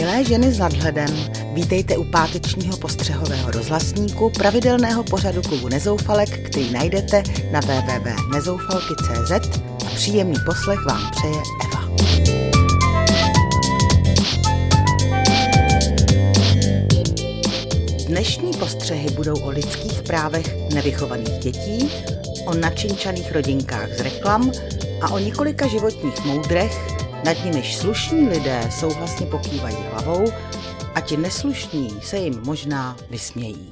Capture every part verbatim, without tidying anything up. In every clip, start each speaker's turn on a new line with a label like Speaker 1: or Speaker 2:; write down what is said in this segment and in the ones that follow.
Speaker 1: Milé ženy s nadhledem, vítejte u pátečního postřehového rozhlasníku pravidelného pořadu klubu Nezoufalek, který najdete na w w w tečka nezoufalky tečka c z a příjemný poslech vám přeje Eva. Dnešní postřehy budou o lidských právech nevychovaných dětí, o načinčaných rodinkách z reklam a o několika životních moudrech, nad nimiž slušní lidé souhlasně pokývají hlavou a ti neslušní se jim možná vysmějí.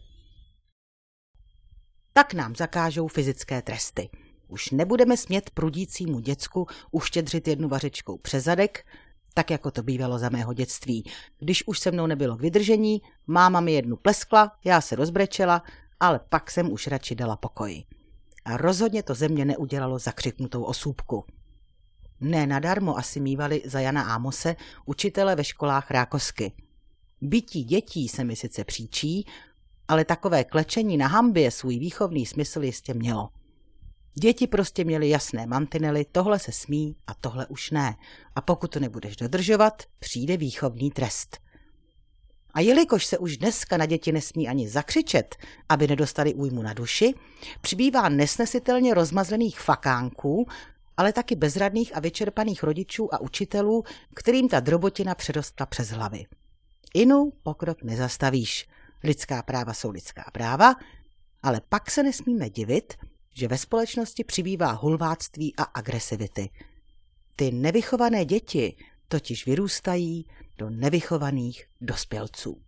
Speaker 1: Tak nám zakážou fyzické tresty. Už nebudeme smět prudícímu děcku uštědřit jednu vařečkou přes zadek, tak jako to bývalo za mého dětství. Když už se mnou nebylo k vydržení, máma mi jednu pleskla, já se rozbrečela, ale pak jsem už radši dala pokoj. A rozhodně to ze mě neudělalo zakřiknutou osůbku. Ne nadarmo asi mívali za Jana Ámose učitele ve školách Rákosky. Bytí dětí se mi sice příčí, ale takové klečení na hanbě svůj výchovný smysl jistě mělo. Děti prostě měly jasné mantinely, tohle se smí a tohle už ne. A pokud to nebudeš dodržovat, přijde výchovný trest. A jelikož se už dneska na děti nesmí ani zakřičet, aby nedostali újmu na duši, přibývá nesnesitelně rozmazlených fakánků, ale taky bezradných a vyčerpaných rodičů a učitelů, kterým ta drobotina přerostla přes hlavy. Inu pokrok nezastavíš. Lidská práva jsou lidská práva, ale pak se nesmíme divit, že ve společnosti přibývá hulváctví a agresivity. Ty nevychované děti totiž vyrůstají do nevychovaných dospělců.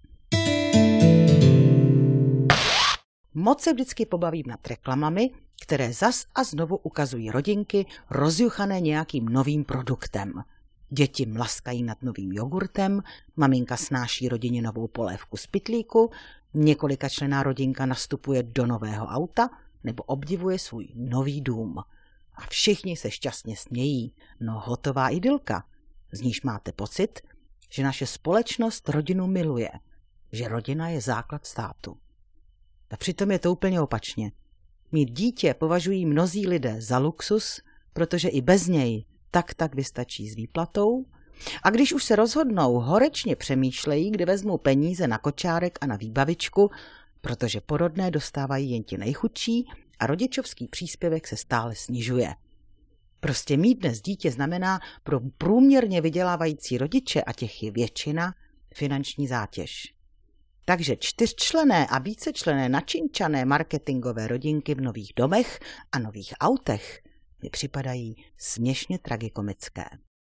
Speaker 1: Moc se vždycky pobavím nad reklamami, které zas a znovu ukazují rodinky rozjuchané nějakým novým produktem. Děti mlaskají nad novým jogurtem, maminka snáší rodině novou polévku z pytlíku, několikačlenná rodinka nastupuje do nového auta nebo obdivuje svůj nový dům. A všichni se šťastně smějí, no hotová idylka. Z níž máte pocit, že naše společnost rodinu miluje, že rodina je základ státu. A přitom je to úplně opačně. Mít dítě považují mnozí lidé za luxus, protože i bez něj tak tak vystačí s výplatou. A když už se rozhodnou, horečně přemýšlejí, kde vezmou peníze na kočárek a na výbavičku, protože porodné dostávají jen ti nejchudší a rodičovský příspěvek se stále snižuje. Prostě mít dnes dítě znamená pro průměrně vydělávající rodiče, a těch je většina, finanční zátěž. Takže čtyřčlenné a vícečlenné načinčané marketingové rodinky v nových domech a nových autech mi připadají směšně tragikomické.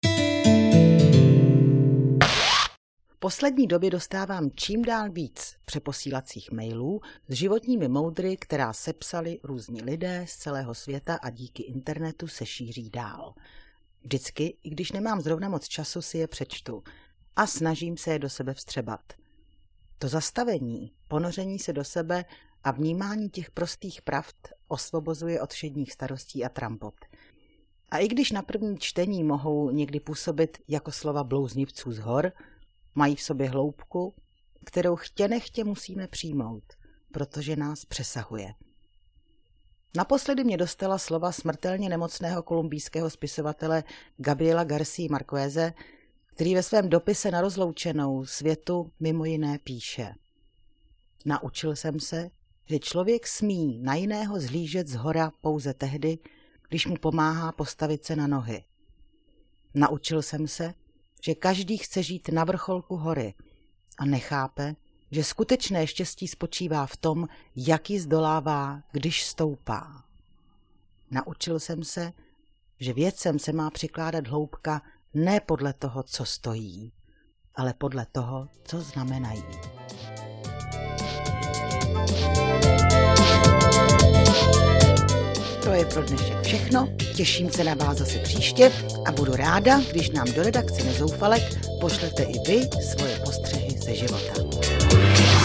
Speaker 1: V poslední době dostávám čím dál víc přeposílacích mailů s životními moudry, která sepsali různí lidé z celého světa a díky internetu se šíří dál. Vždycky, i když nemám zrovna moc času, si je přečtu a snažím se je do sebe vstřebat. To zastavení, ponoření se do sebe a vnímání těch prostých pravd osvobozuje od všedních starostí a trampot. A i když na první čtení mohou někdy působit jako slova blouznivců z hor, mají v sobě hloubku, kterou chtě nechtě musíme přijmout, protože nás přesahuje. Naposledy mě dostala slova smrtelně nemocného kolumbijského spisovatele Gabriela García Márqueze, který ve svém dopise na rozloučenou světu mimo jiné píše: Naučil jsem se, že člověk smí na jiného zhlížet zhora pouze tehdy, když mu pomáhá postavit se na nohy. Naučil jsem se, že každý chce žít na vrcholku hory a nechápe, že skutečné štěstí spočívá v tom, jak ji zdolává, když stoupá. Naučil jsem se, že věcem se má přikládat hloubka ne podle toho, co stojí, ale podle toho, co znamenají. To je pro dnešek všechno, těším se na vás zase příště a budu ráda, když nám do redakce Nezoufalek pošlete i vy svoje postřehy ze života.